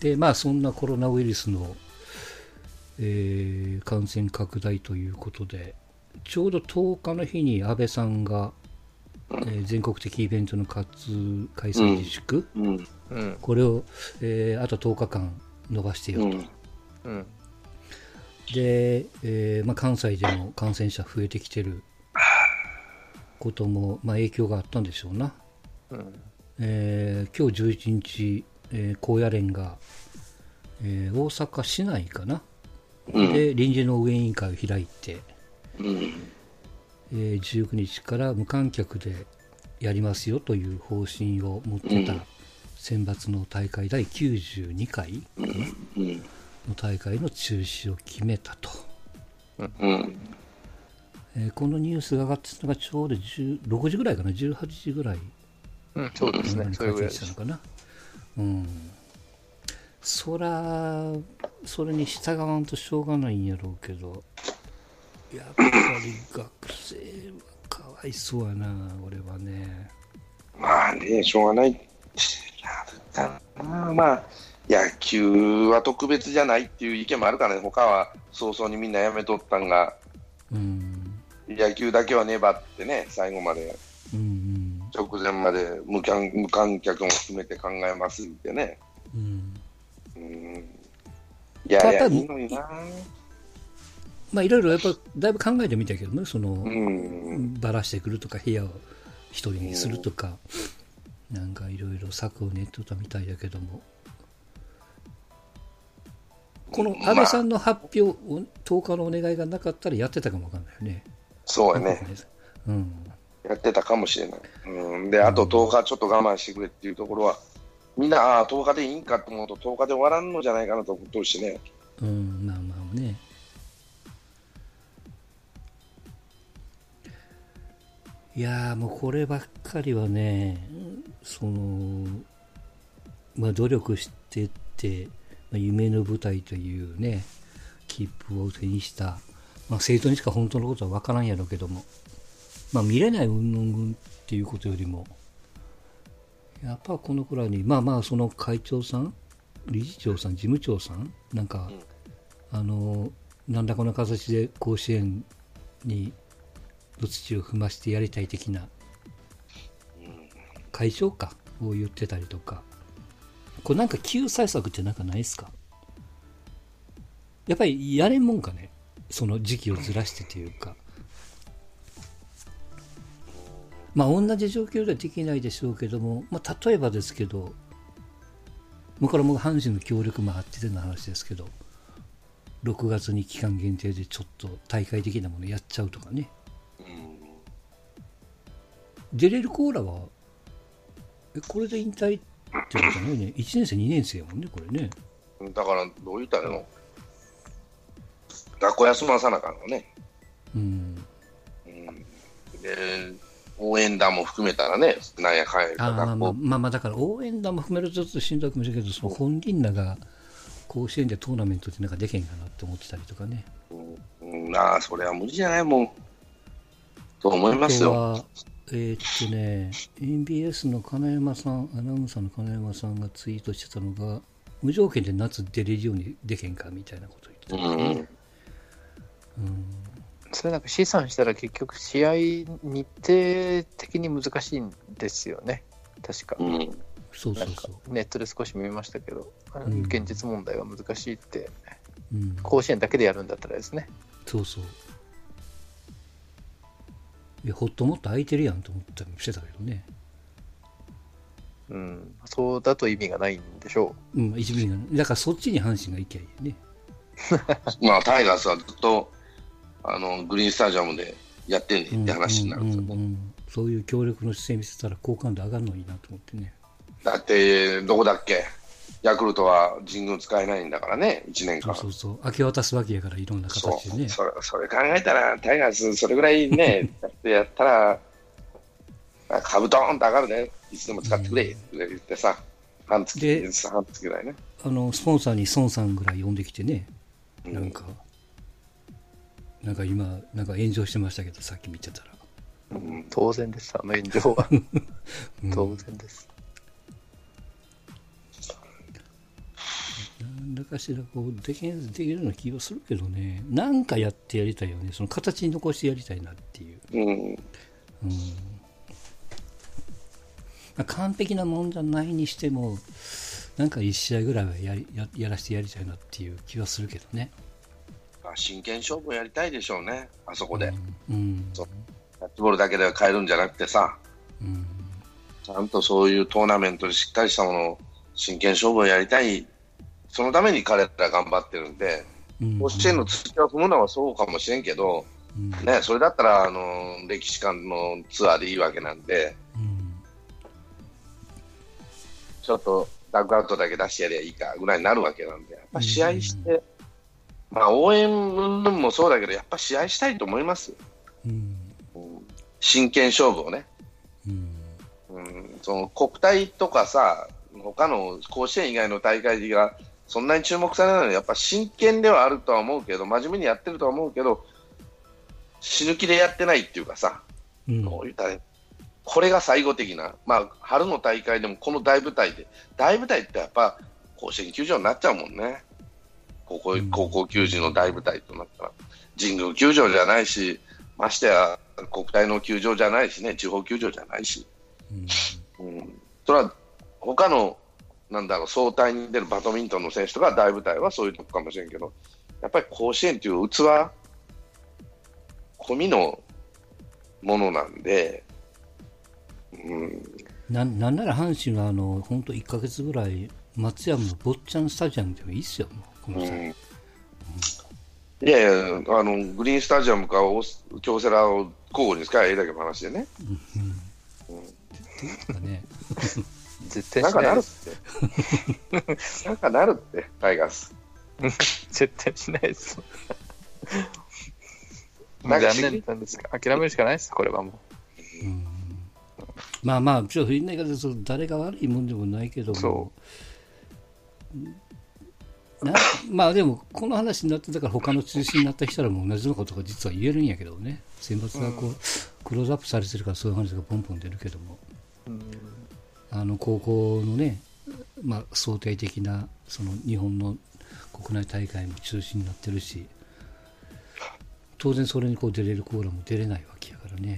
で、まあそんなコロナウイルスの、感染拡大ということで、ちょうど10日の日に安倍さんが、全国的イベントの開催自粛、これを、あと10日間延ばしてよと。で、まあ、関西でも感染者増えてきてることも、まあ、影響があったんでしょうな。今日11日、高野連が、大阪市内かな、で臨時の運営委員会を開いて、19日から無観客でやりますよという方針を持ってた選抜の大会第92回の大会の中止を決めたと、このニュースが上がってたのがちょうど6時ぐらいかな、18時ぐらい、 そうですね、 それぐらいしたのかな。それに従わんとしょうがないんやろうけど、やっぱり学生はかわいそうやな、俺はね。 まあね、しょうがない。まあ、野球は特別じゃないっていう意見もあるからね、他は早々にみんなやめとったんが、野球だけは粘ってね、最後まで、直前まで無観客も含めて考えますってね。いや、いいのにな。 まあいろいろやっぱだいぶ考えてみたけどね、その、ばらしてくるとか部屋を一人にするとか、なんかいろいろ策を練ってたみたいだけども、この安倍さんの発表、10日のお願いがなかったらやってたかもわかんないよね。 そうやね、やってたかもしれない。であと10日ちょっと我慢してくれっていうところは、みんな10日でいいんかと思うと10日で終わらんのじゃないかなと思ってるしね。 まあまあね。いやもうこればっかりはね、まあ、努力してって、まあ、夢の舞台というね切符を手にした、まあ、生徒にしか本当のことは分からんやろうけども、まあ、見れない云々っていうことよりもやっぱこのくらいにまあその会長さん、理事長さん、事務長さんなんか、何らかの形で甲子園にの土を踏ましてやりたい的な会長かを言ってたりとか、これなんか救済策ってなんかないですか？やっぱりやれんもんかね、その時期をずらしてというか、まあ同じ状況ではできないでしょうけども、まあ、例えばですけど、これも阪神の協力もあっての話ですけど、6月に期間限定でちょっと大会的なものやっちゃうとかね。出れるコーラはこれで引退ってことじゃないね。1年生2年生やもんねこれね。 だからどう言ったらの学校休まさなあかんのね。で応援団も含めたらね、なんやかんやまあだから応援団も含めるとちょっとしんどいかもしれないけど、その本人らが甲子園でトーナメントってなんかでけんかなって思ってたりとかね。 それは無理じゃないもんと思いますよ。 NBS の金山さん、アナウンサーの金山さんがツイートしてたのが、無条件で夏出れるようにでけんかみたいなこと言ってたんですね。 それなんか試算したら結局試合日程的に難しいんですよね、確か。 そうネットで少し見ましたけど、現実問題は難しいって、甲子園だけでやるんだったらですね。 そういやほっともっと空いてるやんと思ったりもしてたけどね。 そうだと意味がないんでしょう。 意味がない。だからそっちに阪神が行きゃいいね。 まあタイガースはずっとグリーンスタジアムでやってんねんって話になるんですよね。 そういう協力の姿勢見せたら好感度上がるのいいなと思ってね。 だってどこだっけ、ヤクルトは神宮使えないんだからね、1年間。 そう明け渡すわけやから、いろんな形でね。 それ考えたらタイガースそれぐらいねやったら株ドーンと上がるね、いつでも使ってくれって言ってさ、半月ぐらいね。 スポンサーに孫さんぐらい呼んできてね、なんか今なんか炎上してましたけど、さっき見てたら、 当然です、炎上は当然です。 かしらこうできるような気がするけどね、なんかやってやりたいよね、その形に残してやりたいなっていう、完璧なもんじゃないにしても、なんか1試合ぐらいはやらせてやりたいなっていう気はするけどね。 真剣勝負をやりたいでしょうね、あそこで。そうキャッチボールだけでは変えるんじゃなくてさ、ちゃんとそういうトーナメントでしっかりしたものを、真剣勝負をやりたい、そのために彼ら頑張ってるんで、甲子園の土を踏むのはそうかもしれんけど、ね、それだったら歴史館のツアーでいいわけなんで、ちょっとダッグアウトだけ出してやりゃいいかぐらいになるわけなんで、やっぱ試合して、応援云々もそうだけど、やっぱ試合したいと思います。真剣勝負をね。その国体とかさ、他の甲子園以外の大会がそんなに注目されないのは、やっぱ真剣ではあるとは思うけど、真面目にやってるとは思うけど、死ぬ気でやってないっていうかさ、こう言ったらこれが最後的な、春の大会でもこの大舞台ってやっぱ甲子園球場になっちゃうもんね。高校球児の大舞台となったら、神宮球場じゃないし、ましてや国体の球場じゃないしね、地方球場じゃないし、それは他の総体に出るバドミントンの選手とか大舞台はそういうとこかもしれんけど、やっぱり甲子園という器込みのものなんで、 なんなら阪神は本当1ヶ月ぐらい松山の坊ちゃんスタジアムでもいいっすよ、この際。 いやいや、グリーンスタジアムか京セラを交互に使えばいいだけの話でね。 絶対しないです。 なんかなるって、タイガース。 絶対しないです。残念なんですか。諦めるしかないです、これはもう。 ちょっと言いないけど、誰が悪いもんでもないけども、でもこの話になってたから他の中心になった人らも同じようなことが実は言えるんやけどね、選抜がこう、クローズアップされてるからそういう話がポンポン出るけども、高校のね、相対的なその日本の国内大会も中心になってるし、当然それにこう出れるコーラも出れないわけやからね。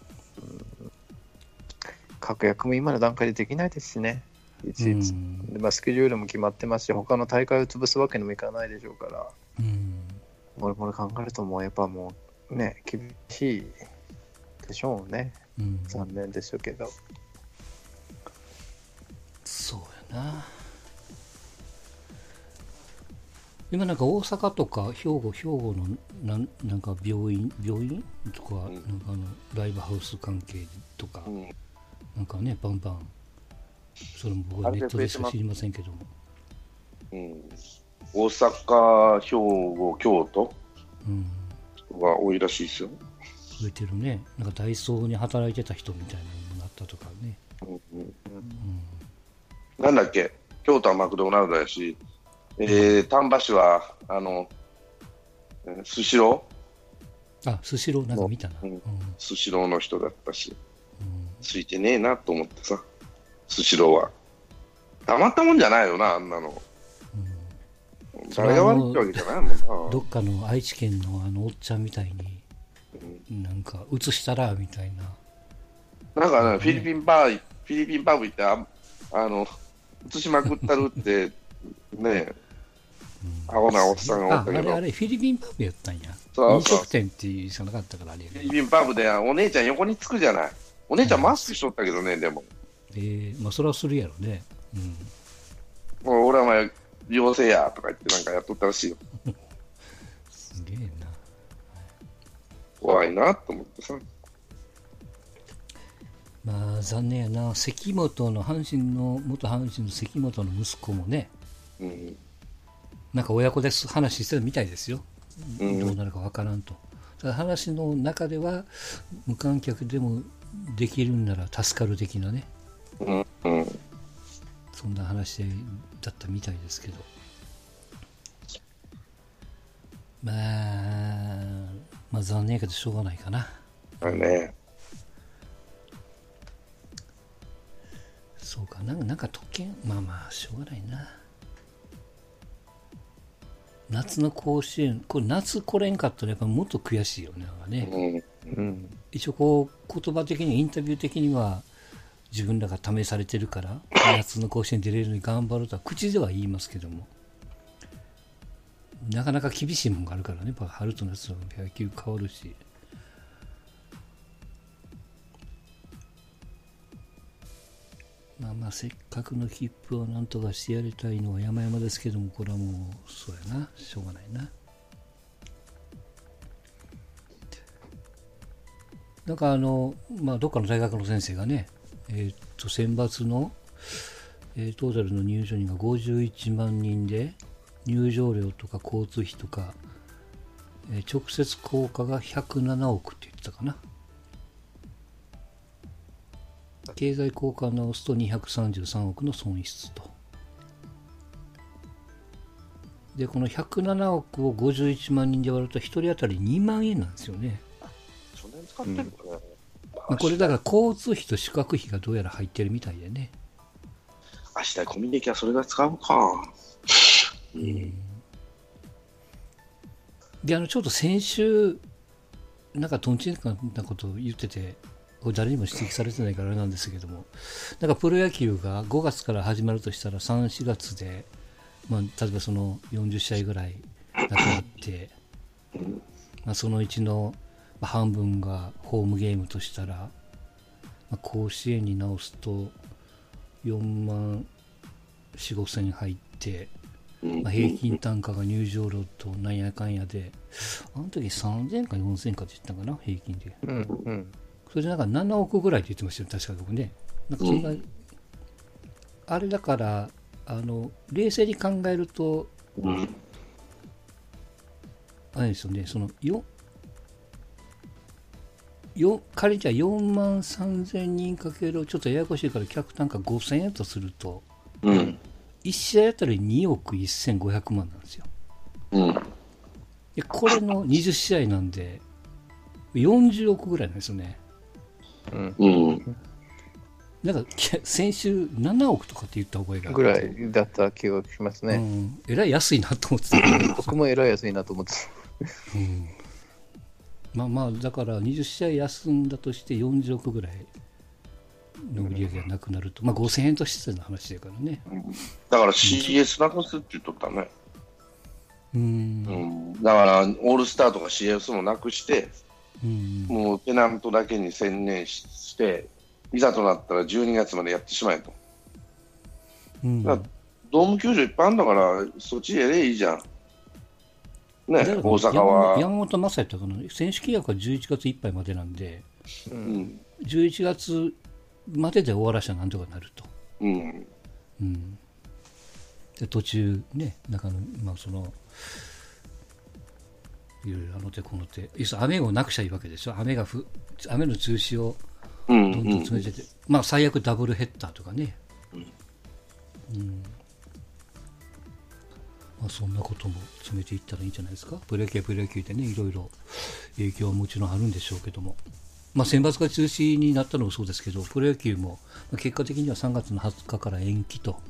確約も今の段階でできないですしね、いちいち。スケジュールも決まってますし、他の大会を潰すわけにもいかないでしょうから、もろもろ考えると、もうやっぱもうね、厳しいでしょうね。残念でしょうけど。 そうやな。今なんか大阪とか兵庫のなんか病院とか、なんかライブハウス関係とか、なんかね、バンバン、それも僕はネットでしか知りませんけども、 大阪、兵庫、京都が多いらしいですよ。 増えてるね。なんかダイソーに働いてた人みたいなのになったとかね。 なんだっけ、京都はマクドナルドやし、丹波市はスシロー、スシローなんか見たな。 スシローの人だったし、ついてねえなと思ってさ、スシローはたまったもんじゃないよな、あんなの。誰が悪いってわけじゃないもんな。 どっかの愛知県のおっちゃんみたいに、なんか映したらみたいな。 なんかね、フィリピンパブ行って映しまくったるってね、アホなおっさんがおったけど、 あれフィリピンパブやったんや。飲食店っていうしかなかったからあれ。 フィリピンパブでお姉ちゃん横につくじゃない。お姉ちゃんマスクしとったけどね、でも。 それはするやろね。 もう俺は前陽性やとか言ってなんかやっとったらしいよ。 すげえな。 怖いなと思ってさ。 残念やな。元阪神の関本の息子もね、なんか親子で話してたみたいですよ。どうなるかわからんと。ただ話の中では無観客でもできるんなら助かる的なね、そんな話だったみたいですけど、残念やけどしょうがないかな。そうか、なんか特権、しょうがないな。 夏の甲子園、これ夏来れんかったらやっぱもっと悔しいよね。なんかね、一応こう言葉的にインタビュー的には自分らが試されてるから夏の甲子園出れるように頑張るとは口では言いますけども、なかなか厳しいもんがあるからね。やっぱ春と夏の野球変わるし。まあせっかくの切符をなんとかしてやりたいのは山々ですけども、これはもうそうやな、しょうがないな。なんかどっかの大学の先生がね、選抜の、トータルの入場人が51万人で、入場料とか交通費とか、直接効果が107億って言ってたかな。経済効果を直すと233億の損失と。で、この107億を51万人で割ると1人当たり2万円なんですよね。 そんなに使ってるのかな、 これだから交通費と宿泊費がどうやら入ってるみたいでね。 明日コミュニケはそれが使うか。 で、ちょっと先週、なんかとんちんかなことを言ってて、これ誰にも指摘されてないからあれなんですけども、なんかプロ野球が5月から始まるとしたら3、4月で、例えばその40試合ぐらいなくなって、その1の半分がホームゲームとしたら、甲子園に直すと4万4、5千入って、平均単価が入場料となんやかんやで、あの時3000か4000かって言ったかな、平均で。それでなんか7億ぐらいって言ってましたよ、確か僕ね。なんかそんな、あれだから、冷静に考えると、あれですよね、その仮にじゃあ4万3000人かける、ちょっとややこしいから客単価5000円とすると、1試合あたり2億1500万なんですよ。でこれの20試合なんで、40億ぐらいなんですよね。なんか先週7億とかって言った覚えがぐらいだった気がしますね。 えらい安いなと思ってた。 僕もえらい安いなと思ってた。だから20試合休んだとして40億ぐらいの売り上げがなくなると、5000円としての話だからね。 だから CS なくすって言っとったね。だからオールスターとか CS もなくして、もうペナントだけに専念して、いざとなったら12月までやってしまえと。だからドーム球場いっぱいあるんだから、そっちやればいいじゃん。ね、大阪は。 山本昌也ってかな、選手契約は11月いっぱいまでなんで、11月までで終わらしゃなんとかなると。で途中ね、中のそのいろいろ手この手、雨をなくちゃいいわけでしょ。雨の中止をどんどん詰めてて、最悪ダブルヘッダーとかね。そんなことも詰めていったらいいんじゃないですか。プロ野球はプロ野球でね、いろいろ影響はもちろんあるんでしょうけども、選抜が中止になったのもそうですけど、プロ野球も結果的には3月の20日から延期と。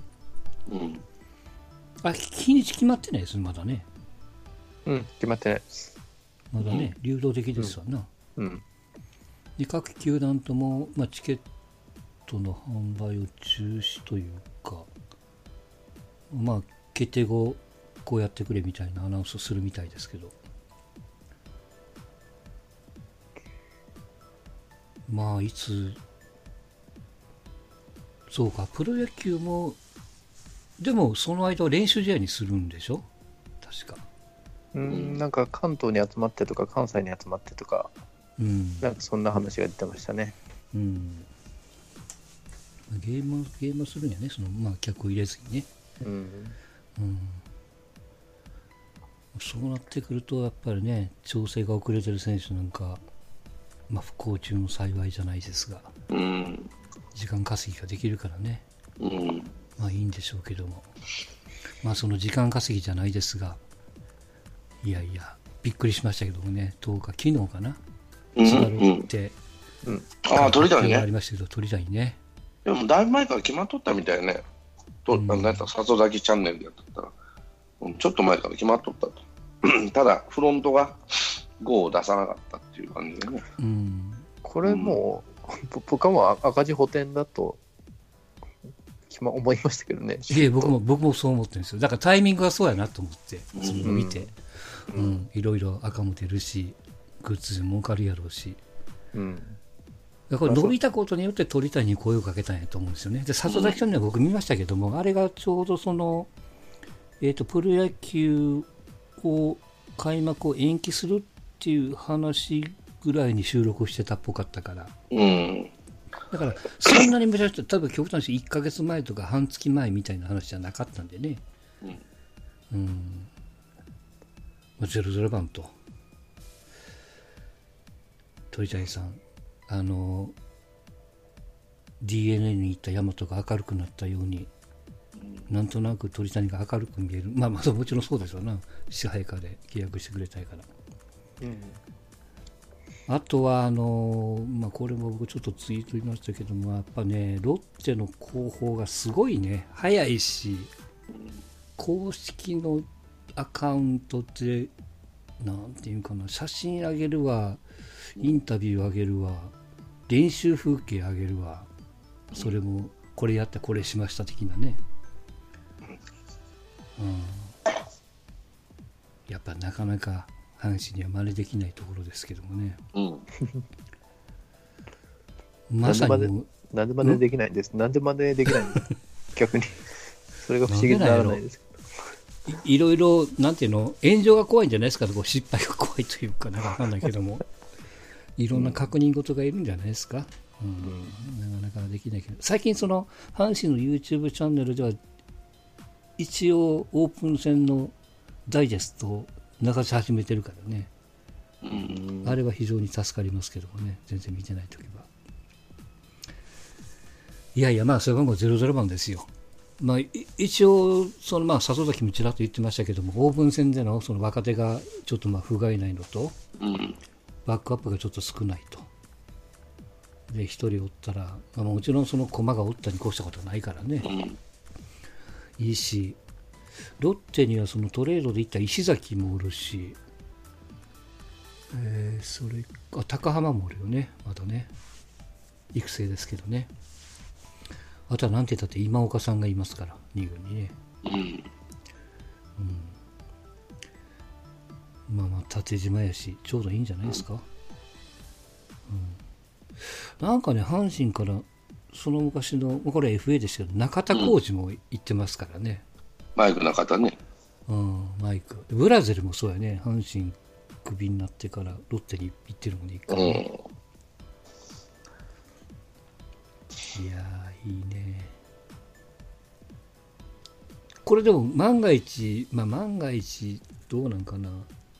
日にち決まってないですね、まだね。 決まってないです。 まだね、流動的ですわな。で各球団とも、チケットの販売を中止というか、決定後こうやってくれみたいなアナウンスをするみたいですけど、いつ、そうか、プロ野球もでもその間は練習試合にするんでしょ、確か。 なんか関東に集まってとか関西に集まってとか、なんかそんな話が出てましたね。 ゲームするんやね、その客を入れずにね。そうなってくるとやっぱりね、調整が遅れてる選手なんか、不幸中の幸いじゃないですが、時間稼ぎができるからね、いいんでしょうけども、その時間稼ぎじゃないですが、いやいやびっくりしましたけどもね、10日、昨日かな、スワローって鳥谷ね、 ありましたけど、鳥谷ね。 でもだいぶ前から決まっとったみたいね。里崎チャンネルでやったら、 ちょっと前から決まっとったと。ただ、フロントが5を出さなかったっていう感じでね。 これもう、僕はもう赤字補填だと思いましたけどね。 いや、僕もそう思ってるんですよ。だからタイミングがそうやなと思って、それを見て、いろいろ赤も出るし、グッズで儲かるやろうし。だから伸びたことによって鳥谷に声をかけたんやと思うんですよね。で、里崎さんには僕見ましたけども、あれがちょうどその、プロ野球を開幕を延期するっていう話ぐらいに収録してたっぽかったから。だから、そんなにめちゃくちゃ、多分極端にして1ヶ月前とか半月前みたいな話じゃなかったんでね。00番と。鳥谷さん、DNA に行った大和が明るくなったように、なんとなく鳥谷が明るく見える。まあもちろんそうですよな。支配下で契約してくれたいから。あとはこれも僕ちょっとツイート言いましたけども、やっぱね、ロッテの広報がすごいね、早いし、公式のアカウントで、なんていうかな、写真あげるわ、インタビューあげるわ、練習風景あげるわ、それもこれやってこれしました的なね。やっぱなかなか阪神には真似できないところですけどもね。まさになんで真似できないんです。なんで真似できないんです逆にそれが不思議にならないですけど。 いろいろなんていうの、炎上が怖いんじゃないですか。失敗が怖いというかなんかわかんないけども、いろんな確認事がいるんじゃないですか。なかなかできないけど、最近その阪神の YouTube チャンネルでは一応オープン戦のダイジェストを流し始めてるからね。あれは非常に助かりますけどもね、全然見てないときは。いやいや、それはもう00番ですよ。一応里崎もちらっと言ってましたけども、オープン戦でのその若手がちょっと不甲斐ないのと、バックアップがちょっと少ないと。で、一人おったら、もちろんその駒がおったに越したことはないからね。いいし、ロッテにはそのトレードで行った石崎もおるし、それ高浜もおるよね、まだね。育成ですけどね。あとはなんて言ったって今岡さんがいますから、2軍にね。縦島やし、ちょうどいいんじゃないですか。なんかね、阪神からその昔の、これ FA ですけど、中田浩二も行ってますからね。 マイク中田ね。 マイク。ブラゼルもそうやね。阪神クビになってからロッテに行ってるもんね、一回ね。いやー、いいね。これでも万が一どうなんかな。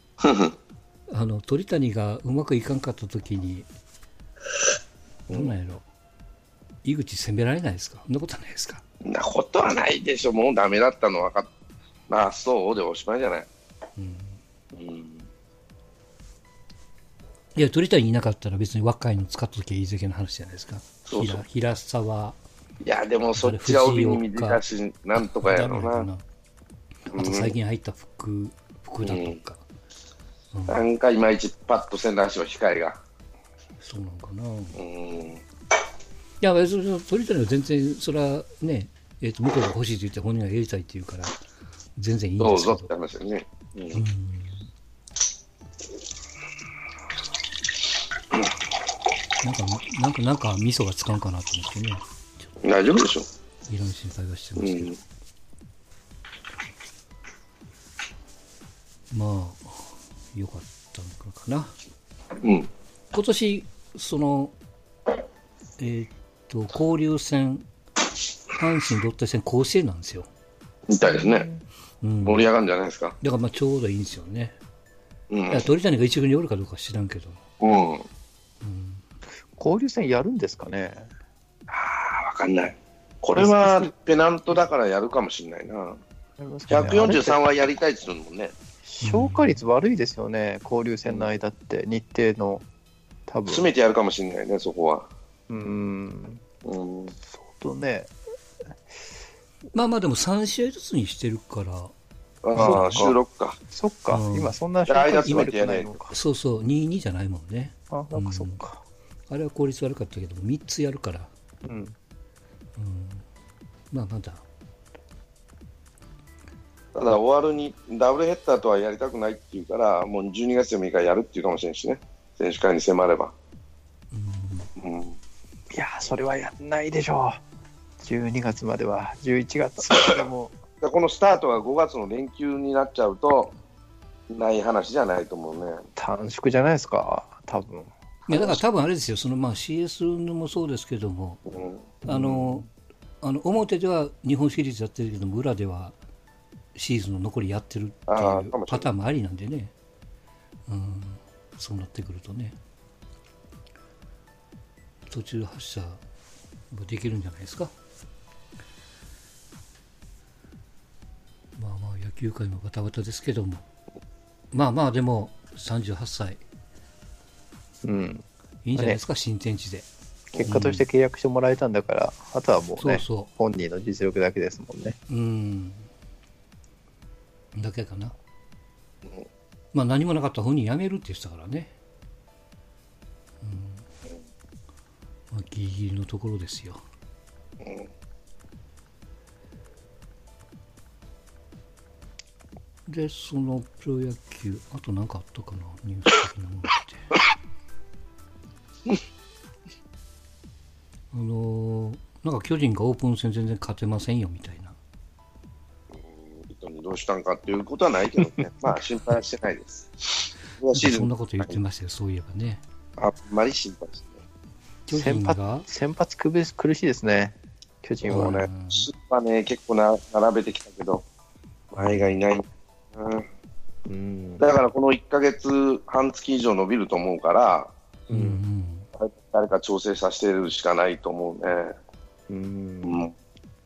鳥谷がうまくいかんかった時に、どうなんやろ。井口責められないですか。そんなことはないですか。 そんなことはないでしょ。もうダメだったの分かっそうでおしまいじゃない。 いや、鳥谷いなかったら別に若いの使った時はいいだけの話じゃないですか。平沢。 いや、でもそっちは帯に見てたし、なんとかやろうな。 あと最近入った福田とか。 なんかいまいちパッとせんらしいわ、控えが。 そうなのかな。いや、鳥谷は全然、それはね、向こうが欲しいと言って本人がやりたいって言うから、全然いいんですけど。 どうぞって話よね。 なんか味噌がつかんかなと思ってね。 大丈夫でしょ。 いろんな心配がしてますけど。よかったのかな。今年交流戦、阪神ロッテ戦甲子園なんですよ。 みたいですね。盛り上がるんじゃないですか。 だからちょうどいいんですよね。鳥谷が一軍におるかどうか知らんけど。 交流戦やるんですかね。 分かんない。これはペナントだからやるかもしれないな。143はやりたいって言うのもんね。 消化率悪いですよね、交流戦の間って日程の多分。 詰めてやるかもしれないね、そこは。 相当ね。 でも3試合ずつにしてるから、 ああ、収録か。 そっか、今そんな間詰めてやないのか。そうそう、2、2じゃないもんね。 なんかそっか。 あれは効率悪かったけど、3つやるから。まあ、まだ。 ただ、終わるに、ダブルヘッダーとはやりたくないっていうから、もう12月でもいいからやるっていうかもしれんしね。選手会に迫れば。 いや、それはやんないでしょう。12月までは、11月でも。 このスタートが5月の連休になっちゃうと、ない話じゃないと思うね。 短縮じゃないですか、多分。 いや、だから多分あれですよ、そのまあ CS もそうですけども、表では日本シリーズやってるけども、裏ではシーズンの残りやってるっていうパターンもありなんでね、そうなってくるとね、途中発射もできるんじゃないですか。まあまあ野球界もバタバタですけども、まあまあでも38歳、いいんじゃないですか、新天地で。 結果として契約してもらえたんだから、あとはもうね、本人の実力だけですもんね。 だけかな。まあ何もなかったら本人辞めるって言ってたからね。まあ、ギリギリのところですよ。で、そのプロ野球、あと何かあったかな、ニュース的なものって。なんか巨人がオープン戦全然勝てませんよみたいな。 どうしたんかっていうことはないけどね、まあ心配はしてないです。 そんなこと言ってましたよ、そういえばね。 あんまり心配してない。 巨人が先発苦しいですね、巨人はね。 結構並べてきたけど、前がいない。だからこの1ヶ月半月以上伸びると思うから、誰か調整させてるしかないと思うね。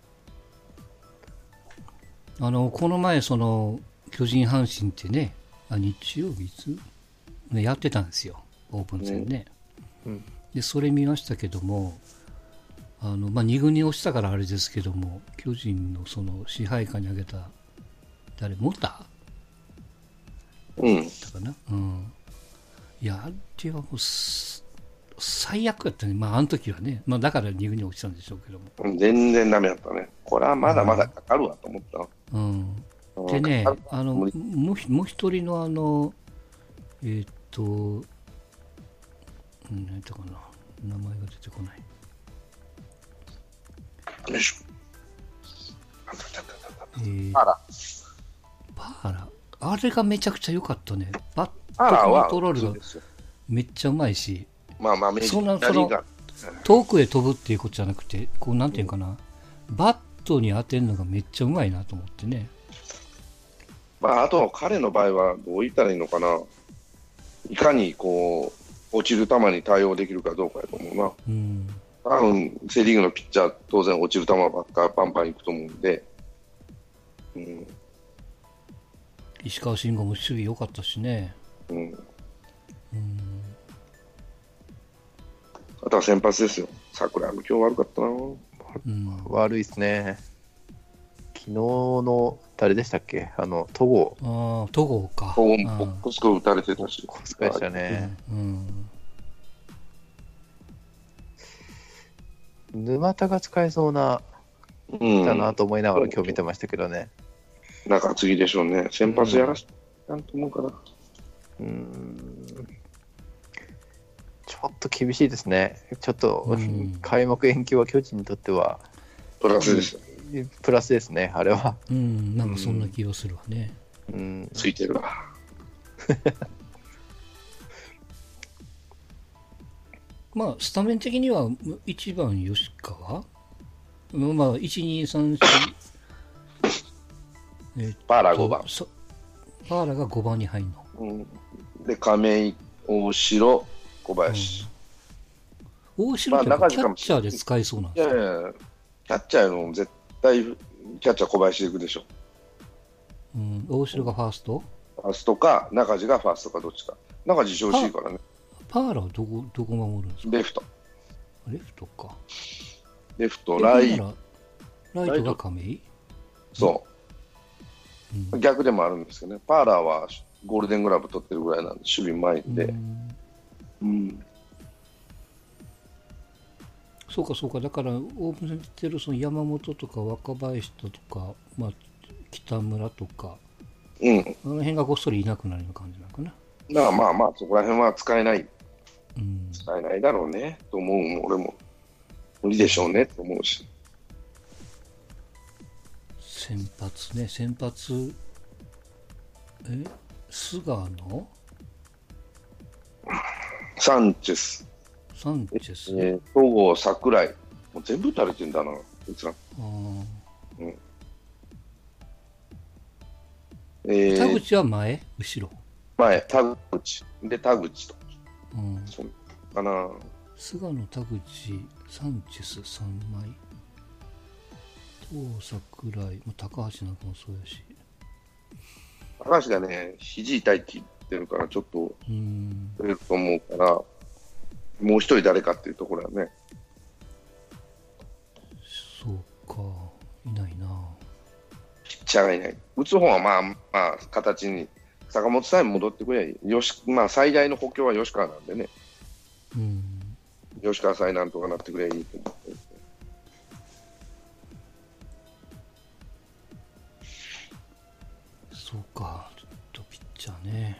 この前、その巨人阪神ってね、日曜日ね、やってたんですよ、オープン戦ね。でそれ見ましたけども、まあ、2軍に落ちたからあれですけども、巨人のその支配下に上げたモタだったかな、いや、あれはもう最悪やったね、まあ、あの時はね、まあ、だから2軍に落ちたんでしょうけども。 全然ダメだったね。これはまだまだかかるわと思ったの。 でね、もう一人の何やったかな、名前が出てこない。 よいしょ。 パーラ、あれがめちゃくちゃ良かったね。バットコントロールがめっちゃうまいし、そんな遠くへ飛ぶっていうことじゃなくて、こうなんていうかな、バットに当てるのがめっちゃうまいなと思ってね。 あと彼の場合はどう言ったらいいのかな、いかにこう落ちる球に対応できるかどうかやと思うな。多分セ・リーグのピッチャー当然落ちる球ばっかバンバンいくと思うんで、 石川慎吾も守備良かったしね。 あとは先発ですよ。桜も今日悪かったな。 悪いですね。昨日の誰でしたっけ、戸郷。 戸郷か。 ボッコスコ打たれてたし。 ボッコスコでしたね。沼田が使えそうなだなと思いながら今日見てましたけどね。 中継ぎでしょうね。先発やらせなんと思うかな。 ちょっと厳しいですね。ちょっと開幕延期は巨人にとってはプラスです。 プラスですね、あれは。 なんかそんな気がするわね。 ついてるわ。 まあスタメン的には1番吉川、まあ1、2、3、4、 パーラ5番。 パーラが5番に入るの。 で亀井、大城、小林。 大城ってキャッチャーで使えそうなんですか。 いやいや、キャッチャーの絶対キャッチャー小林でいくでしょ。 大城がファースト？ ファーストか中地がファーストかどっちか。中地調子いいからね。 パーラはどこ守るんですか？ レフト。 レフトか。 レフト、ライトが亀井？ そ逆でもあるんですけどね、パーラーはゴールデングラブ取ってるぐらいなんで、守備前で。 そうかそうか、だからオープン戦出てるその山本とか若林とか、まあ、北村とか、あの辺がごっそりいなくなる感じなのかな。 だからまあまあ、そこら辺は使えない、使えないだろうねと思う、俺も。無理でしょうねと思うし。 先発ね、先発、菅野サンチェス。戸郷、櫻井。もう全部打たれてんだな、こいつら。 田口は前後ろ前、田口。で、田口と。そうかな。 菅野、田口、サンチェス3枚。櫻井、高橋なんかもそうやし。 高橋がね、肘痛いって言ってるから、ちょっと出ると思うから、もう一人誰かっていうところはね。 そうか、いないな。 ピッチャーがいない。打つ方はまあまあ、形に、坂本さえ戻ってくればいい。まあ、最大の補強は吉川なんでね。吉川さえなんとかなってくればいいと思って。 そうか、ちょっとピッチャーね。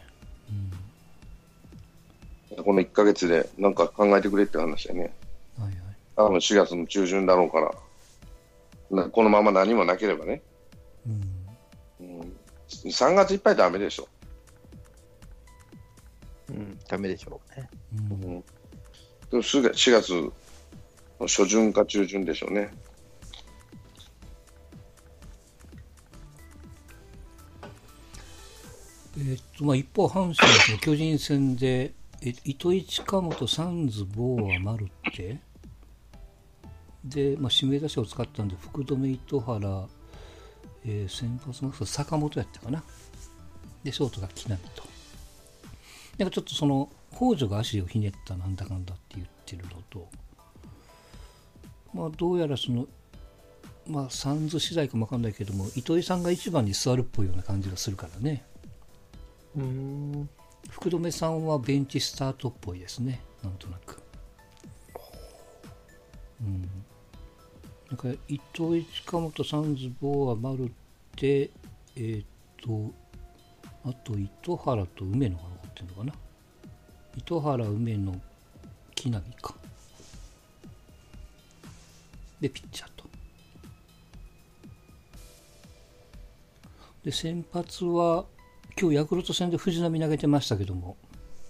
この1ヶ月でなんか考えてくれって話だね。多分4月の中旬だろうから、このまま何もなければね。3月いっぱいダメでしょ。 ダメでしょうね。 4月の初旬か中旬でしょうね。 一方、阪神の巨人戦で、糸井、近本、サンズ、ボーア、マルテで、指名打者を使ったんで、福留、糸原、先発の坂本やったかな。で、ショートが木浪と。なんかちょっとその、北条が足をひねったなんだかんだって言ってるのと、どうやらその、サンズ次第かもわかんないけども、糸井さんが一番に座るっぽいような感じがするからね。福留さんはベンチスタートっぽいですね、なんとなく。なんか糸井、近本、サンズ、ボーア、マルテ、あと糸原と梅野が残ってるのかな。糸原、梅野、木浪か。で、ピッチャーと。で、先発は、今日ヤクルト戦で藤浪投げてましたけども、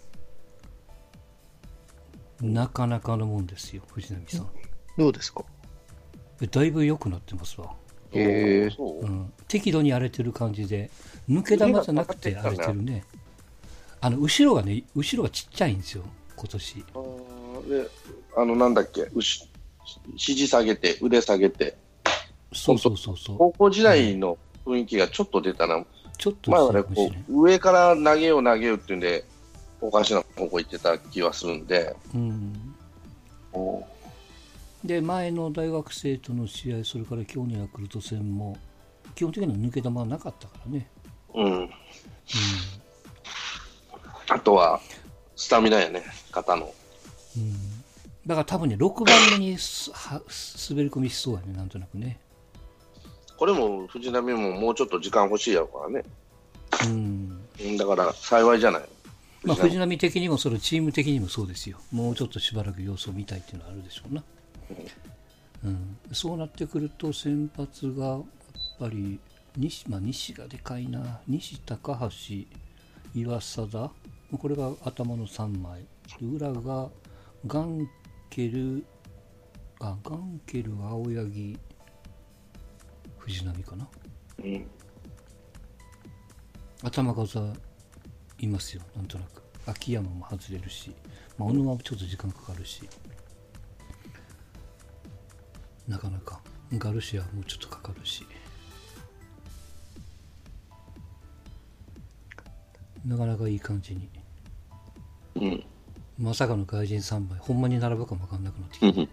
なかなかのもんですよ、藤浪さん。 どうですか？ だいぶ良くなってますわ。適度に荒れてる感じで、抜け球じゃなくて荒れてるね。後ろがちっちゃいんですよ、今年。で、 なんだっけ、肘下げて、腕下げて。 そう。 高校時代の雰囲気がちょっと出たな。 ちょっと前はね、上から投げようっていうんで、おかしな方向行ってた気はするんで。 で、前の大学生との試合、それから今日のヤクルト戦も、基本的に抜け球はなかったからね。 あとは、スタミナやね、肩の。 だから多分ね、6番目に滑り込みしそうやね、なんとなくね。 これも藤浪ももうちょっと時間欲しいやろからね。だから幸いじゃない。 藤浪的にもそれチーム的にもそうですよ。もうちょっとしばらく様子を見たいっていうのはあるでしょうな。そうなってくると先発がやっぱり西がでかいな。西、高橋、岩貞、これが頭の3枚。裏がガンケル、青柳、藤浪かな。頭数はいますよ、なんとなく。秋山も外れるし、小野はちょっと時間かかるし、なかなかガルシアもうちょっとかかるし、なかなかいい感じに、まさかの外人3枚、ほんまに並ぶかも分かんなくなってきてね。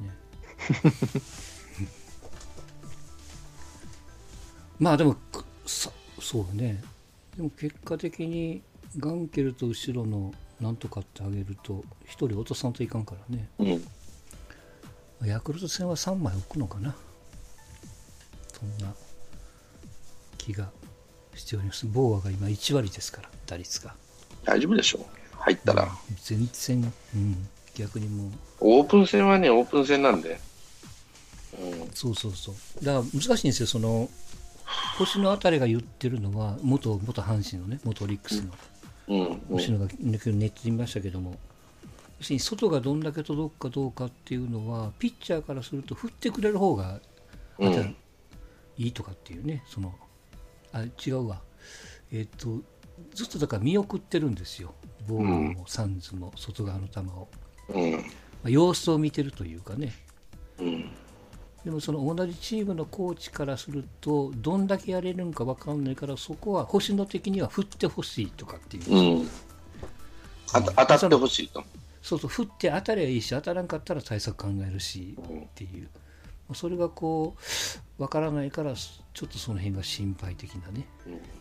でもそそうね。でも結果的にガンケルと後ろのなんとかってあげると1人落とさんといかんからね、ヤクルト戦は3枚置くのかな、そんな気がしております。ボーアが今1割ですから、打率が大丈夫でしょう、入ったら。 全然、逆にもうオープン戦はね、オープン戦なんで、 そうだから難しいんですよ。その星野あたりが言ってるのは元阪神のね、元オリックスの、星野がネットで見ましたけども、要するに外がどんだけ届くかどうかっていうのはピッチャーからすると振ってくれる方がいいとかっていうね、その違うわ、ずっとだから見送ってるんですよ、ボールもサンズも外側の球を、様子を見てるというかね、でもその同じチームのコーチからするとどんだけやれるのか分かんないから、そこは星野的には振ってほしいとかっていう、 当たってほしいと。 そう振って当たりゃいいし、当たらんかったら対策考えるしっていう、それがこう分からないから、ちょっとその辺が心配的なね、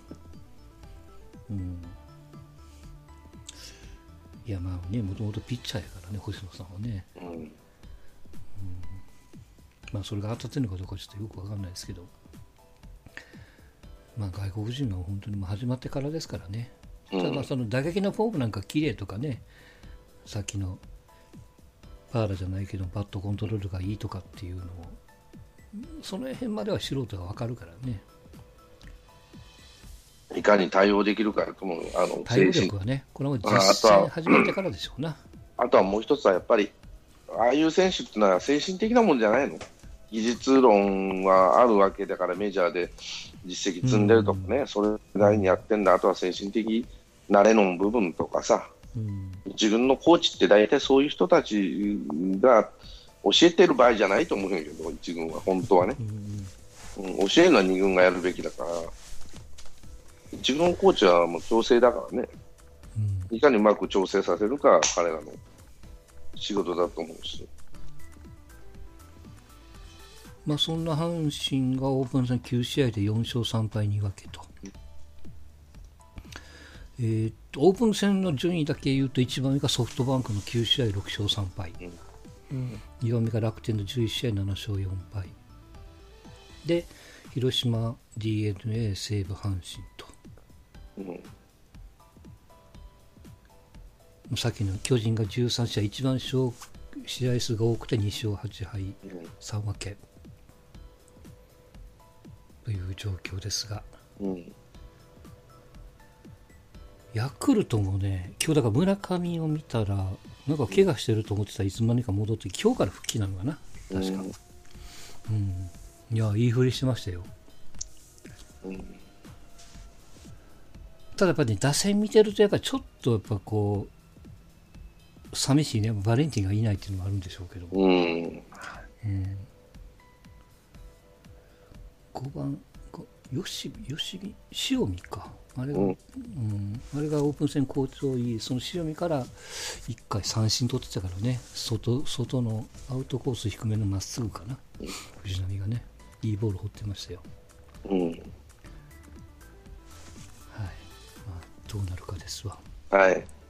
いやまあね、もともとピッチャーやからね、星野さんはね、まあそれが当たってるのかどうかちょっとよく分かんないですけど、まあ外国人の本当にもう始まってからですからね、ただまあその打撃のフォームなんか綺麗とかね、さっきのパーラじゃないけどバットコントロールがいいとかっていうのを、その辺までは素人が分かるからね、 いかに対応できるかと思う。 対応力はね、これも実戦始まってからでしょうな。 あとはもう一つはやっぱり、ああいう選手ってのは精神的なもんじゃないの。技術論はあるわけだから、メジャーで実績積んでるとかね、それなりにやってんだ。あとは精神的慣れの部分とかさ、自分のコーチって大体そういう人たちが教えてる場合じゃないと思うんだけど、一軍は本当はね、教えるのは二軍がやるべきだから、一軍コーチはもう調整だからね、いかにうまく調整させるか彼らの仕事だと思うし。 まあそんな阪神がオープン戦9試合で4勝3敗2分けと。オープン戦の順位だけ言うと、1番目がソフトバンクの9試合6勝3敗、2番目が楽天の11試合7勝4敗で、広島 DNA 西武阪神と、さっきの巨人が13試合、一番試合数が多くて2勝8敗3分けという状況ですが、ヤクルトもね、今日だから村上を見たら、なんか怪我してると思ってたらいつの間にか戻って、今日から復帰なのかな、確か。いや、いい振りしてましたよ。ただやっぱり、ね、打線見てると、やっぱりちょっとやっぱこう、寂しいね、バレンティンがいないっていうのもあるんでしょうけど、5番、塩見か。あれが、あれがオープン戦好調いい、その塩見から1回三振取ってたからね、外のアウトコース低めのまっすぐかな、藤浪がね、いいボール放ってましたよ。はい、まあ、どうなるかですわ。 はい。